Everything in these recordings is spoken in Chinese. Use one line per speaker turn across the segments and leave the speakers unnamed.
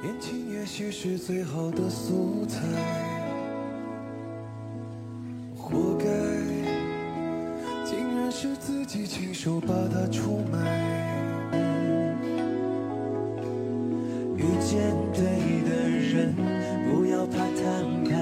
年轻也许是最好的素材，活该竟然是自己亲手把它出卖。遇见对的人，不要怕摊开。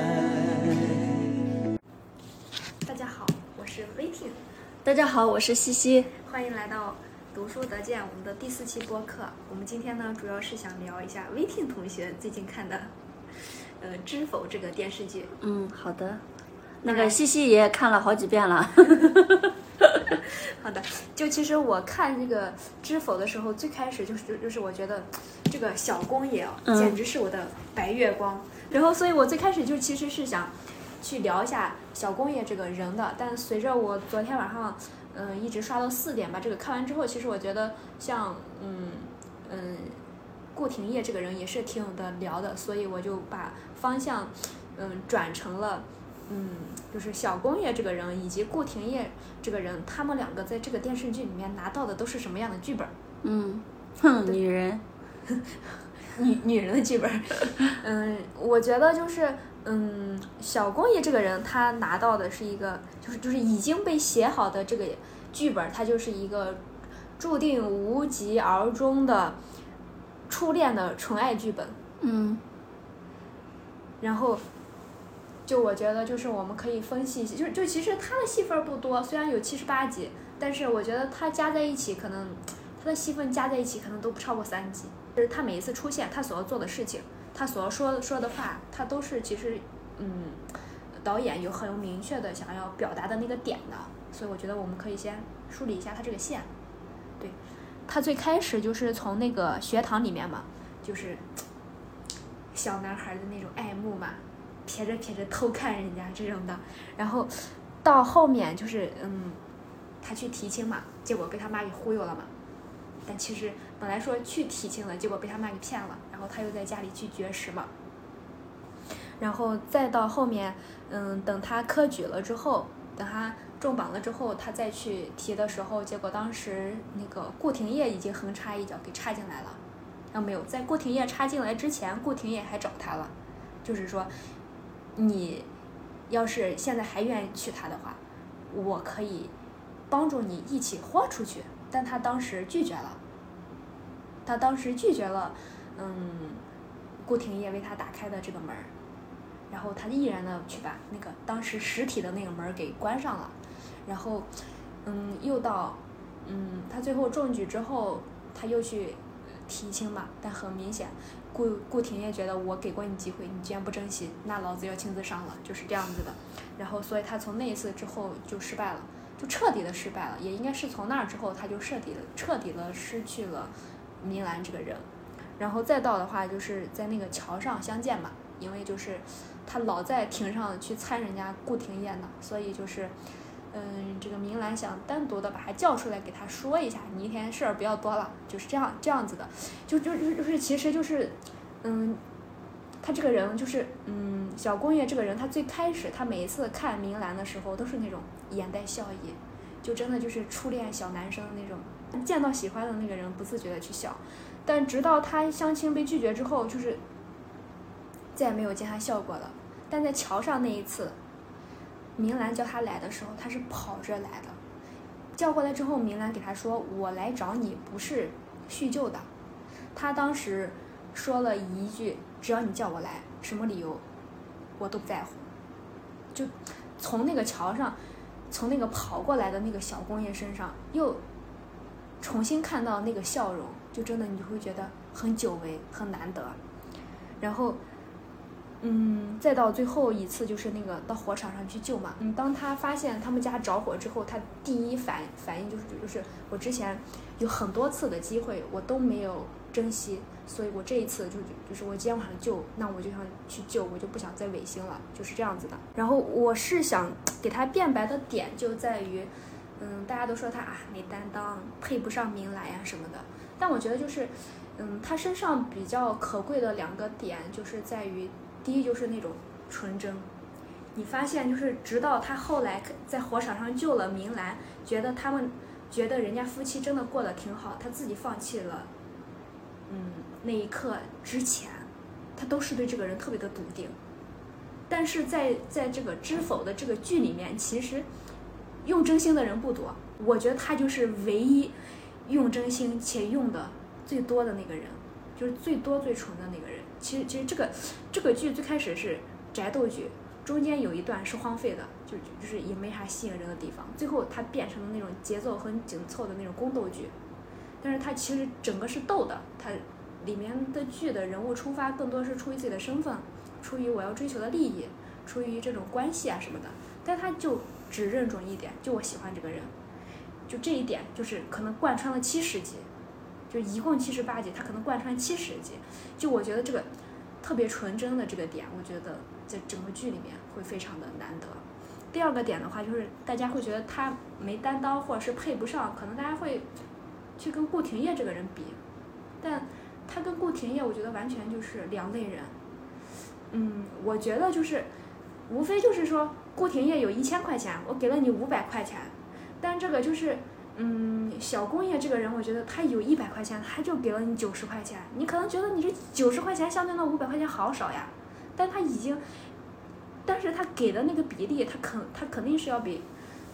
大家好，我是微听。
大家好，我是西西。
欢迎来到读书得见我们的第4期播客。我们今天呢，主要是想聊一下微听同学最近看的《知否》这个电视剧。
好的。那个西西也看了好几遍了。
好的，就其实我看这个《知否》的时候，最开始就是我觉得这个小公爷简直是我的白月光。然后，所以我最开始就其实是想去聊一下小公爷这个人的，但随着我昨天晚上一直刷到4点把这个看完之后，其实我觉得像顾廷烨这个人也是挺有的聊的，所以我就把方向转成了就是小公爷这个人以及顾廷烨这个人，他们两个在这个电视剧里面拿到的都是什么样的剧本？
女人，
女人的剧本。我觉得就是小公爷这个人他拿到的是一个就是已经被写好的这个剧本，他就是一个注定无疾而终的初恋的纯爱剧本。然后就我觉得就是我们可以分析一下，就其实他的戏份不多，虽然有78集，但是我觉得他加在一起可能他的戏份加在一起可能都不超过3集。就是他每一次出现，他所要做的事情，他所要说的话，他都是其实导演有很有明确的想要表达的那个点的。所以我觉得我们可以先梳理一下他这个线。对，他最开始就是从那个学堂里面嘛，就是小男孩的那种爱慕嘛，撇着偷看人家这种的。然后到后面就是他去提亲嘛，结果被他妈给忽悠了嘛。但其实本来说去提亲了，结果被他妈给骗了，然后他又在家里去绝食嘛。然后再到后面等他科举了之后，等他中榜了之后，他再去提的时候，结果当时那个顾廷烨已经横插一脚给插进来了。没有，在顾廷烨插进来之前，顾廷烨还找他了，就是说你要是现在还愿意娶她的话，我可以帮助你一起豁出去。但他当时拒绝了，顾廷烨为他打开的这个门，然后他毅然的去把那个当时实体的那个门给关上了。然后又到他最后中举之后，他又去提亲嘛，但很明显顾廷烨觉得我给过你机会，你既然不珍惜，那老子要亲自上了，就是这样子的。然后所以他从那一次之后就失败了，就彻底的失败了。也应该是从那之后他就彻底的失去了明兰这个人。然后再到的话就是在那个桥上相见嘛，因为就是他老在庭上去参人家顾廷烨呢，所以就是这个明兰想单独的把他叫出来给他说一下，你一天事儿不要多了，就是这样子的。就是其实就是他这个人就是小公爷这个人，他最开始他每一次看明兰的时候都是那种眼带笑意，就真的就是初恋小男生的那种，见到喜欢的那个人不自觉的去笑。但直到他相亲被拒绝之后，就是再也没有见他笑过了。但在桥上那一次，明兰叫他来的时候，他是跑着来的。叫过来之后，明兰给他说，我来找你不是叙旧的。他当时说了一句，只要你叫我来，什么理由我都不在乎。就从那个桥上，从那个跑过来的那个小公爷身上又重新看到那个笑容，就真的你会觉得很久违，很难得。然后再到最后一次就是那个到火场上去救嘛。当他发现他们家着火之后，他第一反应就是我之前有很多次的机会我都没有珍惜，所以我这一次就是我今天晚上救，那我就想去救，我就不想再违心了，就是这样子的。然后我是想给他辩白的点就在于大家都说他没担当，配不上明兰呀什么的，但我觉得就是他身上比较可贵的2个点就是在于，第一就是那种纯真。你发现就是直到他后来在火场上救了明兰，觉得人家夫妻真的过得挺好，他自己放弃了那一刻之前，他都是对这个人特别的笃定。但是在这个《知否》的这个剧里面，其实用真心的人不多，我觉得他就是唯一用真心且用的最多的那个人，就是最多最纯的那个人。其实这个剧最开始是宅斗剧，中间有一段是荒废的，就是也没啥吸引人的地方，最后它变成了那种节奏很紧凑的那种宫斗剧。但是它其实整个是斗的，它里面的剧的人物出发更多是出于自己的身份，出于我要追求的利益，出于这种关系啊什么的。但他就只认准一点，就我喜欢这个人，就这一点就是可能贯穿了70集，就一共78集，他可能贯穿70集。就我觉得这个特别纯真的这个点，我觉得在整个剧里面会非常的难得。第二个点的话，就是大家会觉得他没担当或者是配不上，可能大家会去跟顾廷烨这个人比，但他跟顾廷烨我觉得完全就是两类人。我觉得就是无非就是说顾廷烨有1000块钱，我给了你500块钱，但这个就是小工业这个人，我觉得他有100块钱，他就给了你90块钱，你可能觉得你这90块钱相对那500块钱好少呀，但是他给的那个比例，他肯定是要比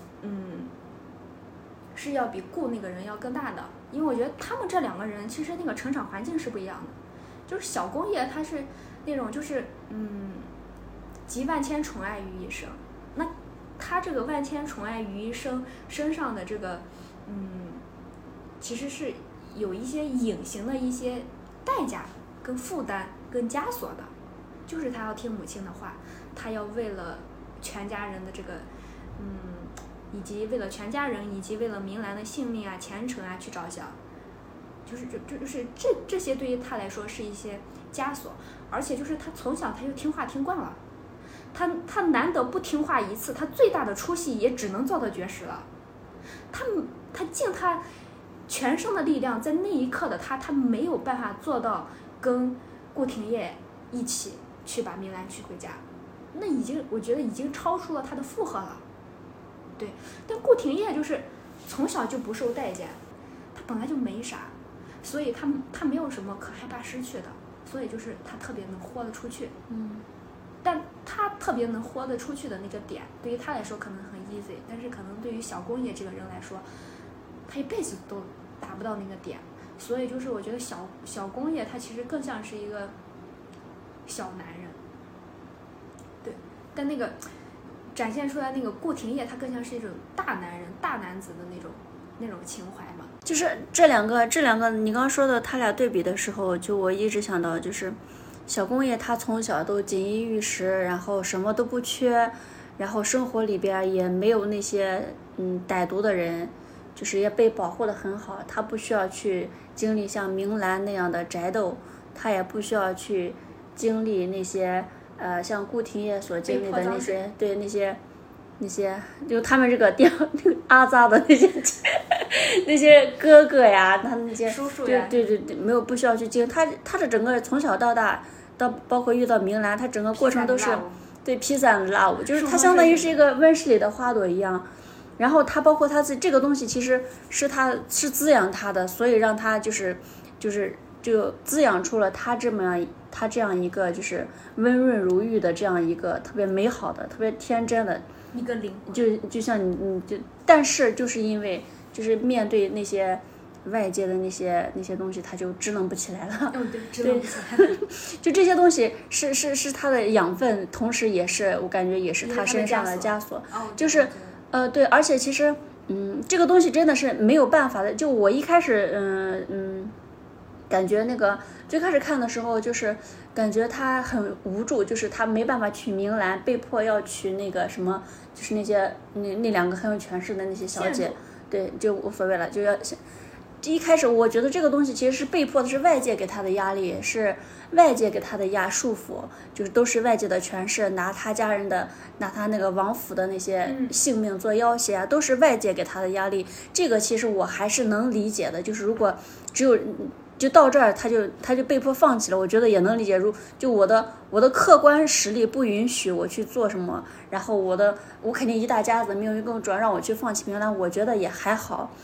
顾那个人要更大的。因为我觉得他们这两个人其实那个成长环境是不一样的。就是小工业他是那种就是集万千宠爱于一身，那他这个万千宠爱于一身身上的这个其实是有一些隐形的一些代价跟负担跟枷锁的，就是他要听母亲的话，他要为了全家人的这个以及为了全家人以及为了明兰的性命啊前程啊去着想，就是这些对于他来说是一些枷锁。而且就是他从小他就听话听惯了，他难得不听话一次，他最大的出息也只能做到绝食了。他尽他全身的力量，在那一刻的他没有办法做到跟顾廷烨一起去把明兰娶回家，那我觉得已经超出了他的负荷了。对，但顾廷烨就是从小就不受待见，他本来就没啥，所以他没有什么可害怕失去的，所以就是他特别能豁得出去。但他特别能豁得出去的那个点，对于他来说可能很 easy， 但是可能对于小工业这个人来说，他一辈子都达不到那个点。所以就是我觉得小工业他其实更像是一个小男人，对，但那个展现出来那个顾廷烨，他更像是一种大男人、大男子的那种情怀嘛。
就是这两个，你刚刚说的他俩对比的时候，就我一直想到就是小工业他从小都锦衣玉食，然后什么都不缺，然后生活里边也没有那些歹毒的人，就是也被保护得很好，他不需要去经历像明兰那样的宅斗，他也不需要去经历那些像顾廷烨所经历的那些，对那些就他们这个阿扎的那些哥哥呀，他那些
叔叔呀，
对，没有不需要去经他的整个从小到大到包括遇到明兰，他整个过程都是对 peace and love， 就是他相当于是一个温室里的花朵一样。然后他包括他这个东西其实是滋养他的，所以让他就滋养出了他这样一个就是温润如玉的这样一个特别美好的特别天真的
一个灵魂。
就像但是就是因为就是面对那些外界的那些东西，他就支棱不起来了。
对，支棱不起来了。
就这些东西是他的养分，同时也是我感觉也是他身上的枷锁。就是对，而且其实这个东西真的是没有办法的。就我一开始感觉那个最开始看的时候，就是感觉他很无助，就是他没办法娶明兰，被迫要娶那个什么，就是那些那两个很有权势的那些小姐，对，就无所谓了，就要。一开始我觉得这个东西其实是被迫的，是外界给他的压力，是外界给他的束缚，就是都是外界的权势，拿他家人的，拿他那个王府的那些性命做要挟啊，都是外界给他的压力。这个其实我还是能理解的，就是如果只有就到这儿，他就被迫放弃了，我觉得也能理解。就我的客观实力不允许我去做什么，然后我肯定一大家子命运更重，让我去放弃明兰，我觉得也还好。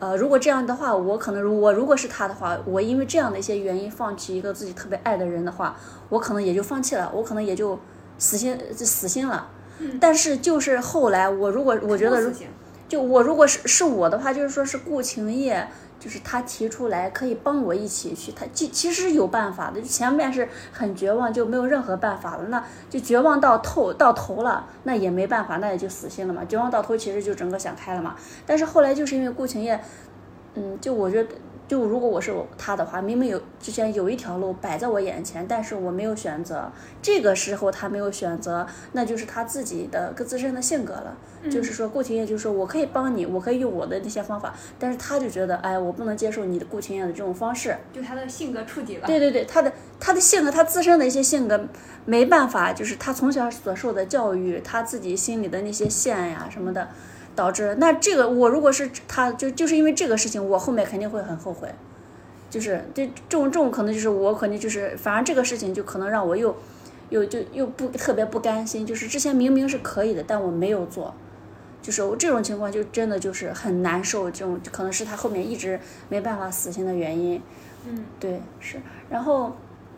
如果这样的话，我可能如果是他的话，我因为这样的一些原因放弃一个自己特别爱的人的话，我可能也就放弃了，我可能也就死心了。但是就是后来我觉得就我如果是我的话，就是说是顾晴夜，就是他提出来可以帮我一起去，他其实有办法的。前面是很绝望，就没有任何办法了，那就绝望到头了，那也没办法，那也就死心了嘛。绝望到头，其实就整个想开了嘛。但是后来就是因为顾晴夜，就我觉得。就如果我是他的话，明明之前有一条路摆在我眼前，但是我没有选择，这个时候他没有选择，那就是他自己的自身的性格了。就是说顾晴夜就是说我可以帮你，我可以用我的那些方法，但是他就觉得哎，我不能接受你的顾晴夜的这种方式，
就他的性格触底了。
对，他的性格，他自身的一些性格没办法，就是他从小所受的教育，他自己心里的那些线呀什么的。导致那这个我如果是他就是因为这个事情，我后面肯定会很后悔，就是这种可能就是我肯定就是反而这个事情就可能让我又不特别不甘心，就是之前明明是可以的，但我没有做，就是我这种情况就真的就是很难受，这种可能是他后面一直没办法死心的原因。对是，然后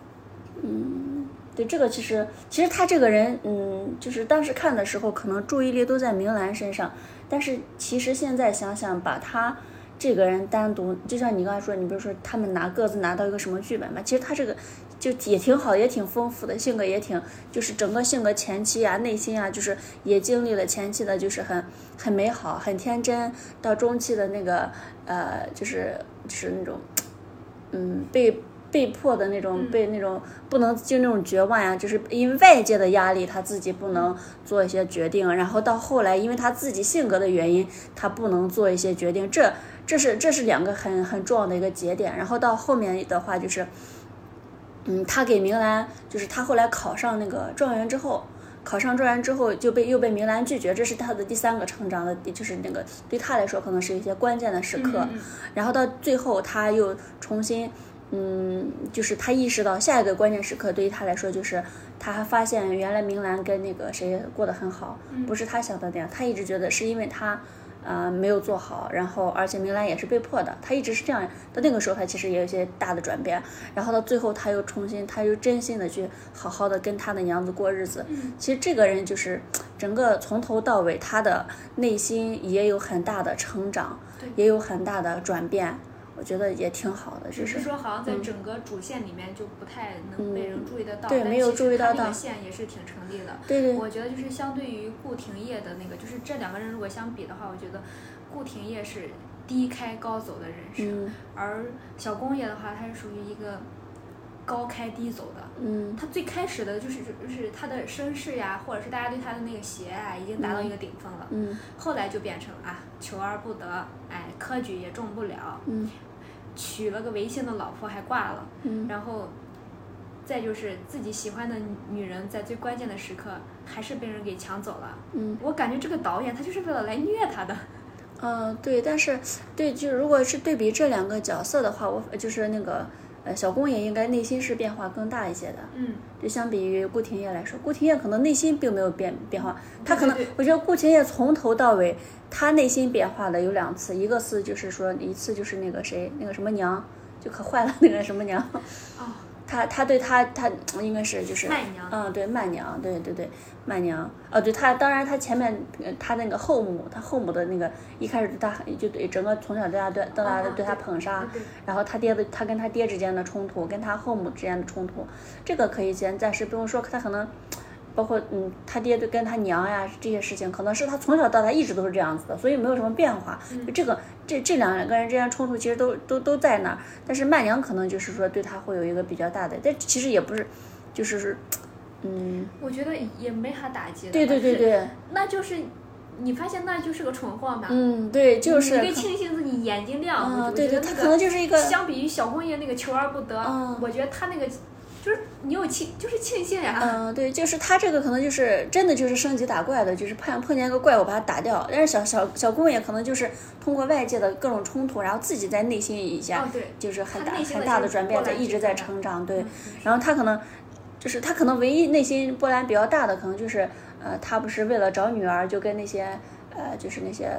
对这个其实他这个人就是当时看的时候可能注意力都在明兰身上，但是其实现在想想把他这个人单独，就像你刚才说，你比如说他们各自拿到一个什么剧本嘛，其实他这个就也挺好，也挺丰富的，性格也挺，就是整个性格前期啊内心啊，就是也经历了前期的就是很美好很天真，到中期的那个就是那种被迫的那种被那种不能就那种绝望呀，就是因为外界的压力他自己不能做一些决定，然后到后来因为他自己性格的原因他不能做一些决定，这是两个很重要的一个节点。然后到后面的话就是他给明兰，就是他后来考上那个状元之后又被明兰拒绝，这是他的第3个成长的，就是那个对他来说可能是一些关键的时刻。然后到最后他又重新就是他意识到下一个关键时刻对于他来说就是他还发现原来明兰跟那个谁过得很好，不是他想的那样，他一直觉得是因为他没有做好，然后而且明兰也是被迫的，他一直是这样。到那个时候他其实也有一些大的转变，然后到最后他又真心的去好好的跟他的娘子过日子。其实这个人就是整个从头到尾他的内心也有很大的成长，也有很大的转变，我觉得也挺好的。就是
说好像在整个主线里面就不太能被人注意得到，
对，没有注意到
但其实他那个线也是挺成立的。
对，
我觉得就是相对于顾廷烨的那个，就是这两个人如果相比的话，我觉得顾廷烨是低开高走的人生，而小公爷的话他是属于一个高开低走的。他最开始的就是他的身世呀，或者是大家对他的那个喜爱已经达到一个顶峰了。后来就变成求而不得，科举也中不了，娶了个违心的老婆还挂了，然后再就是自己喜欢的女人在最关键的时刻还是被人给抢走了。我感觉这个导演他就是为了来虐他的。
对，但是就如果是对比这两个角色的话，我就是那个小公爷应该内心是变化更大一些的。就相比于顾廷烨来说，顾廷烨可能内心并没有变化，他可能我觉得顾廷烨从头到尾他内心变化的有2次，一次就是那个谁那个什么娘就可坏了那个什么娘。他对他应该是就是
媚娘。
对媚娘，对媚娘。对他当然他前面他那个后母的那个一开始他就对整个从小到大对他捧杀，然后他跟他爹之间的冲突，跟他后母之间的冲突，这个可以先暂时不用说，他可能包括他爹跟他娘呀这些事情，可能是他从小到大一直都是这样子的，所以没有什么变化。这两个人之间冲突其实都在那儿，但是媚娘可能就是说对他会有一个比较大的，但其实也不是，就是
我觉得也没啥打击的。
对，
那就是你发现那就是个蠢货嘛。
对，就是
你得庆幸自己眼睛亮。
对，他可能就是一个
相比于小公爷那个求而不得，我觉得他那个就是你有就是庆幸呀。
对，就是他这个可能就是真的就是升级打怪的，就是碰见一个怪物把他打掉，但是小公爷可能就是通过外界的各种冲突，然后自己在内心一下就是很大的转变，一直在成长。对，然后他可能唯一内心波澜比较大的可能就是他不是为了找女儿就跟那些就是那些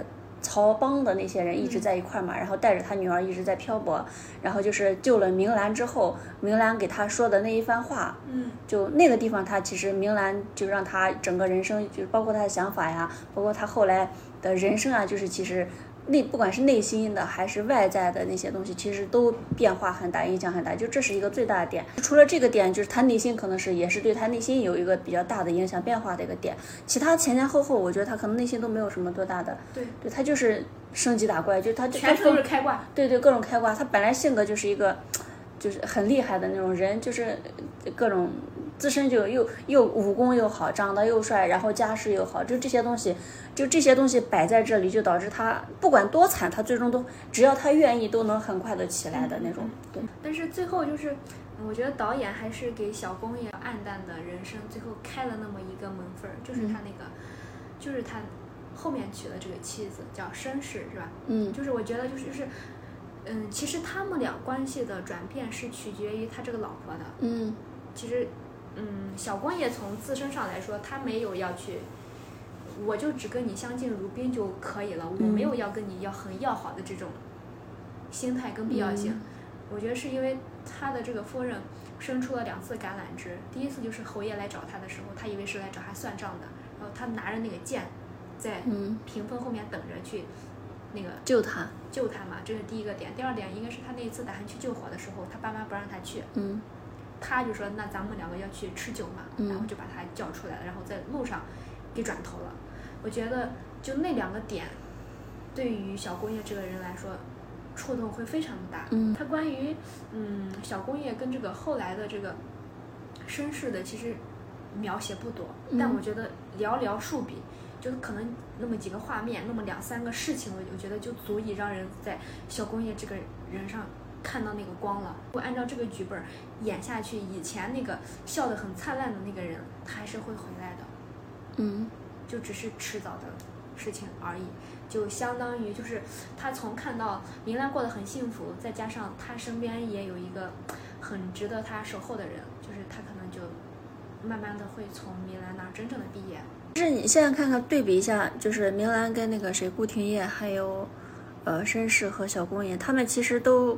曹帮的那些人一直在一块嘛，然后带着他女儿一直在漂泊，然后就是救了明兰之后，明兰给他说的那一番话，就那个地方他其实明兰就让他整个人生，就包括他的想法呀，包括他后来的人生啊，就是其实不管是内心的还是外在的那些东西，其实都变化很大，影响很大，就这是一个最大的点。除了这个点，就是他内心可能也是对他内心有一个比较大的影响变化的一个点，其他前后我觉得他可能内心都没有什么多大的，对他就是升级打怪，就他
全都是开挂，
对各种开挂，他本来性格就是一个就是很厉害的那种人，就是各种自身就又武功又好，长得又帅，然后家世又好，就这些东西摆在这里，就导致他不管多惨，他最终都只要他愿意，都能很快的起来的那种。对。
但是最后就是，我觉得导演还是给小公爷暗淡的人生最后开了那么一个门缝，就是他那个，就是他后面娶的这个妻子叫申氏，是吧？就是我觉得就是。其实他们俩关系的转变是取决于他这个老婆的。其实，小公爷从自身上来说，他没有要去，我就只跟你相敬如宾就可以了，我没有要跟你很要好的这种心态跟必要性。我觉得是因为他的这个夫人生出了2次橄榄枝，第一次就是侯爷来找他的时候，他以为是来找他算账的，然后他拿着那个剑，在屏风后面等着去。那个
救他
嘛，这是第一个点。第二点应该是他那一次打算去救火的时候，他爸妈不让他去，他就说那咱们2个要去吃酒嘛，然后就把他叫出来了，然后在路上给转头了。我觉得就那2个点，对于小公爷这个人来说，触动会非常的大。他关于小公爷跟这个后来的这个身世的其实描写不多，但我觉得寥寥数笔。就是可能那么几个画面，那么2-3个事情，我觉得就足以让人在小公爷这个人上看到那个光了。如果按照这个剧本演下去，以前那个笑得很灿烂的那个人，他还是会回来的。就只是迟早的事情而已。就相当于就是他从看到明兰过得很幸福，再加上他身边也有一个很值得他守候的人，就是他可能就慢慢的会从明兰那儿真正的毕业。
就是你现在看看对比一下，就是明兰跟那个谁顾廷烨，还有申氏和小公爷，他们其实都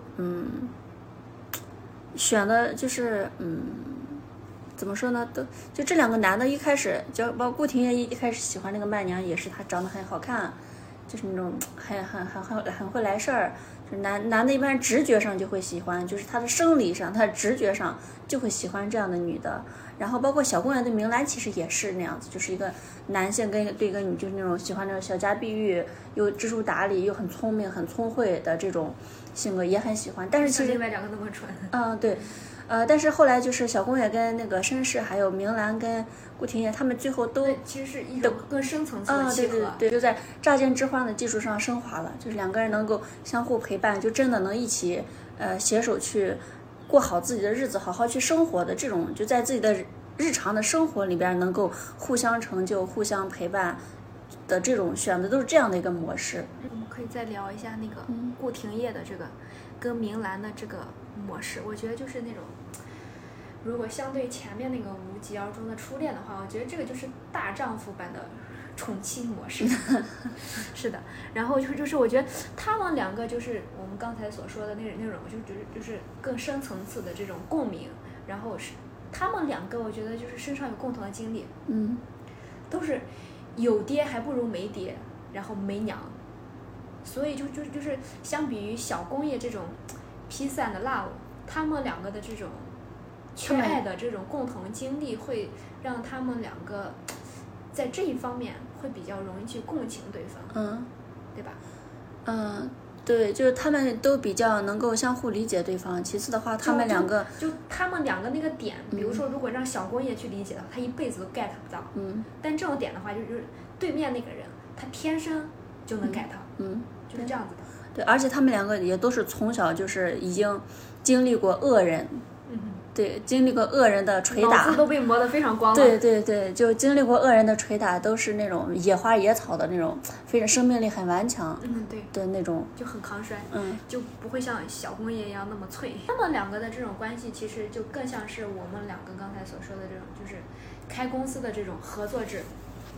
选的就是怎么说呢？都就这2个男的，一开始就包括顾廷烨一开始喜欢那个媚娘，也是他长得很好看，就是那种很会来事儿。就男的一般直觉上就会喜欢，就是他的生理上，他的直觉上就会喜欢这样的女的。然后包括小公爷对明兰其实也是那样子，就是一个男性对一个女，就是那种喜欢那种小家碧玉，又知书达理，又很聪明很聪慧的这种性格也很喜欢。但是其实
另外2个那么蠢。
对。但是后来就是小公爷跟那个申氏，还有明兰跟顾廷烨，他们最后都
其实是一种更深层次的契合。
对，就在乍见之欢的基础上升华了，就是2个人能够相互陪伴，就真的能一起携手去过好自己的日子，好好去生活的这种，就在自己的日常的生活里边能够互相成就、互相陪伴的这种选择，都是这样的一个模式。
我们可以再聊一下那个顾廷烨的这个跟明兰的这个模式。我觉得就是那种，如果相对前面那个无疾而终的初恋的话，我觉得这个就是大丈夫版的宠妻模式。是的，然后就是我觉得他们2个就是我们刚才所说的那种就是更深层次的这种共鸣，然后是他们2个我觉得就是身上有共同的经历，都是有爹还不如没爹，然后没娘，所以就是相比于小公爷这种披散的 love， 他们2个的这种缺爱的这种共同经历，会让他们2个在这一方面会比较容易去共情对方，对吧？
对，就是他们都比较能够相互理解对方。其次的话，他们2个
就他们2个那个点，比如说如果让小公爷去理解的话，他一辈子都 get 不到。但这种点的话，就是对面那个人他天生就能 get 到。就是这样子的。
对，而且他们2个也都是从小就是已经经历过恶人。对，经历过恶人的捶打，
脑子都被磨得非常光了。
对，就经历过恶人的捶打，都是那种野花野草的那种，非常生命力很顽强，
对
的那种，
就很抗衰，就不会像小公爷一样那么脆。他们2个的这种关系，其实就更像是我们2个刚才所说的这种，就是开公司的这种合作制。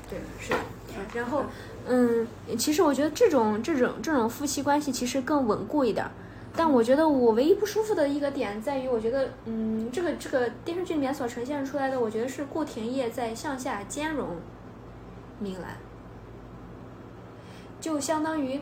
对，是的。然后，其实我觉得这种夫妻关系其实更稳固一点。但我觉得我唯一不舒服的一个点在于，我觉得，这个电视剧里面所呈现出来的，我觉得是顾廷烨在向下兼容明兰，就相当于，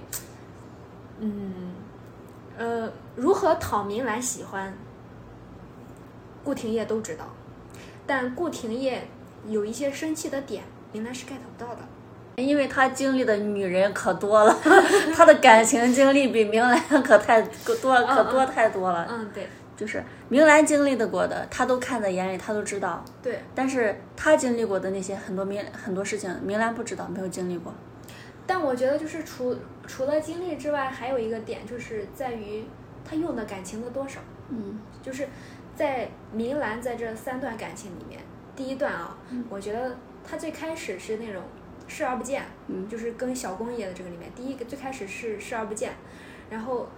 如何讨明兰喜欢，顾廷烨都知道，但顾廷烨有一些生气的点，明兰是 get 不到的。
因为他经历的女人可多了，他的感情经历比明兰可太多了。
对，
就是明兰经历的过的，他都看在眼里，他都知道。
对，
但是他经历过的那些很多事情，明兰不知道，没有经历过。
但我觉得就是除了经历之外，还有一个点就是在于他用的感情的多少。就是在明兰在这3段感情里面，第一段啊，我觉得他最开始是那种视而不见，就是跟小公爷的这个里面，第一个最开始是视而不见，然后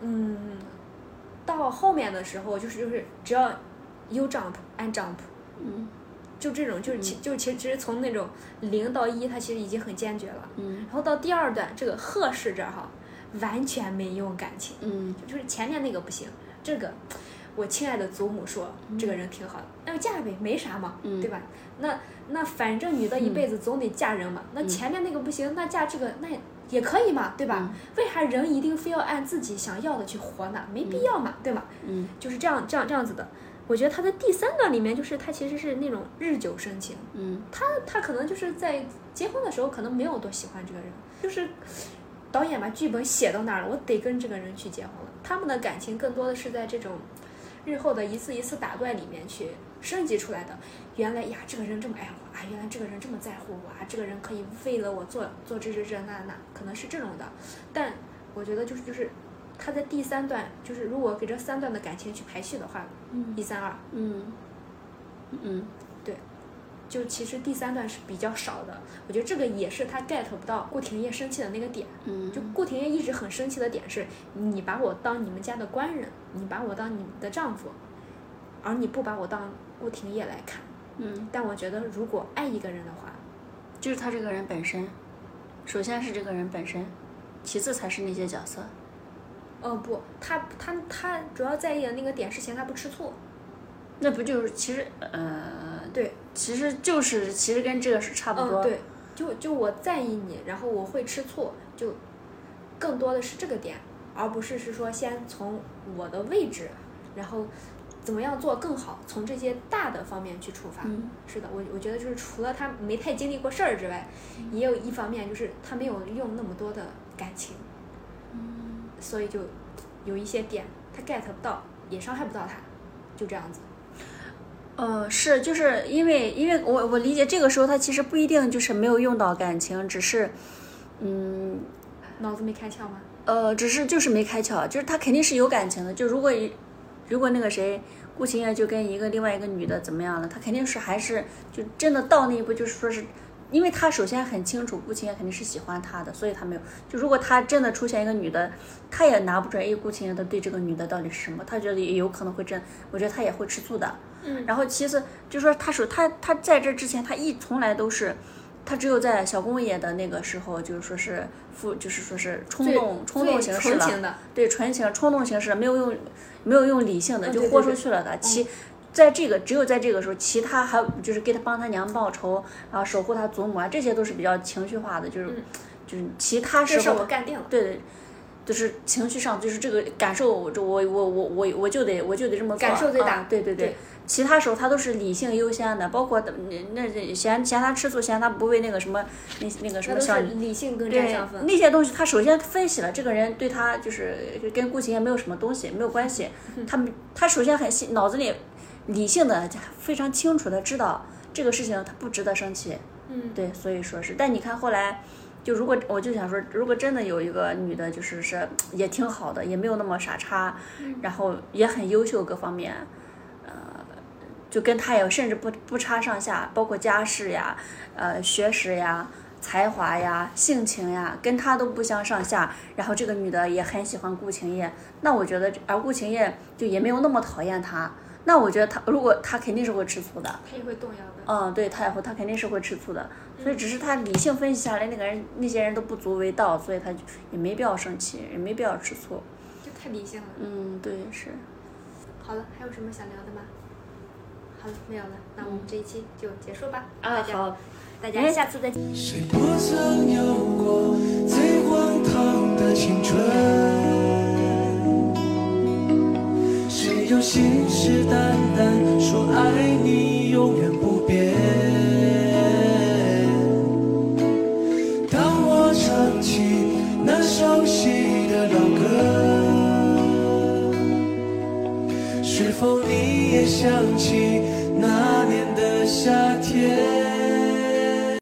到后面的时候就是只要 you jump and jump，就这种其实从那种0到1，他其实已经很坚决了，然后到第2段这个贺氏这儿哈，完全没用感情，就是前面那个不行，这个我亲爱的祖母说这个人挺好的，那就嫁呗，没啥嘛，对吧？那反正女的一辈子总得嫁人嘛，那前面那个不行，那嫁这个那也可以嘛，对吧？为啥人一定非要按自己想要的去活呢？没必要嘛，对吧？就是这样子的。我觉得他的第3段里面，就是他其实是那种日久生情，他可能就是在结婚的时候可能没有多喜欢这个人，就是导演把剧本写到那儿了，我得跟这个人去结婚了。他们的感情更多的是在这种日后的一次一次打怪里面去升级出来的。原来呀，这个人这么爱我啊，原来这个人这么在乎我啊，这个人可以为了我做这那，可能是这种的。但我觉得就是他在第3段，就是如果给这3段的感情去排序的话，1、3、2，对，就其实第3段是比较少的。我觉得这个也是他 get 不到顾廷烨生气的那个点。就顾廷烨一直很生气的点是，你把我当你们家的官人，你把我当你的丈夫，而你不把我当顾廷烨来看。但我觉得如果爱一个人的话，
就是他这个人本身，首先是这个人本身，其次才是那些角色。
不，他主要在意的那个点是嫌他不吃醋。
那不就是其实
对，
其实跟这个是差不多。
对，就我在意你，然后我会吃醋，就更多的是这个点，而不是说先从我的位置，然后怎么样做更好，从这些大的方面去出发。是的，我觉得就是除了他没太经历过事儿之外，也有一方面就是他没有用那么多的感情，所以就有一些点他 get 不到，也伤害不到他，就这样子。
是，就是因为我理解这个时候他其实不一定就是没有用到感情，只是
脑子没开窍吗？
只是就是没开窍，就是他肯定是有感情的。就如果那个谁顾廷烨就跟另外一个女的怎么样了，他肯定是还是就真的到那一步，就是说是因为他首先很清楚顾廷烨肯定是喜欢他的，所以他没有。就如果他真的出现一个女的，他也拿不准顾廷烨的对这个女的到底是什么，他觉得也有可能会我觉得他也会吃醋的。然后其次就说他在这之前他从来都是。他只有在小公爷的那个时候，就是说是冲动行事了，对，纯情冲动行事，没有用理性的就豁出去了的。只有在这个时候，其他还就是帮他娘报仇，然后守护他祖母啊，这些都是比较情绪化的，就是其他时候
这事我干定了，
对，就是情绪上就是这个感受，我就得这么做，
感受最大，
对。其他时候他都是理性优先的，包括那嫌他吃醋，嫌他不为那个什么那个什么小
理性更占上分。
那些东西他首先分析了这个人对他就是跟顾廷烨没有什么东西，没有关系。他首先脑子里理性的非常清楚的知道这个事情他不值得生气。对，所以说是。但你看后来，就如果我就想说，如果真的有一个女的，就是也挺好的，也没有那么傻叉，然后也很优秀各方面。就跟他也甚至不差上下，包括家世呀、学识呀、才华呀、性情呀，跟他都不相上下。然后这个女的也很喜欢顾廷烨，那我觉得，而顾廷烨就也没有那么讨厌他， 那我觉得他如果他肯定是会吃醋的，
他也会动摇的。
对，他肯定是会吃醋的，所以只是他理性分析下来，那些人都不足为道，所以他也没必要生气，也没必要吃醋。
就太理性了。
对，是。
好了，还有什么想聊的吗？好了，没有了，那我们这一期就结束吧。
好，
大家下次再见。
谁不曾有过最荒唐的青春？谁又信誓旦旦说爱你永远不变？当我唱起那熟悉的老歌，是否你也想起那年的夏天？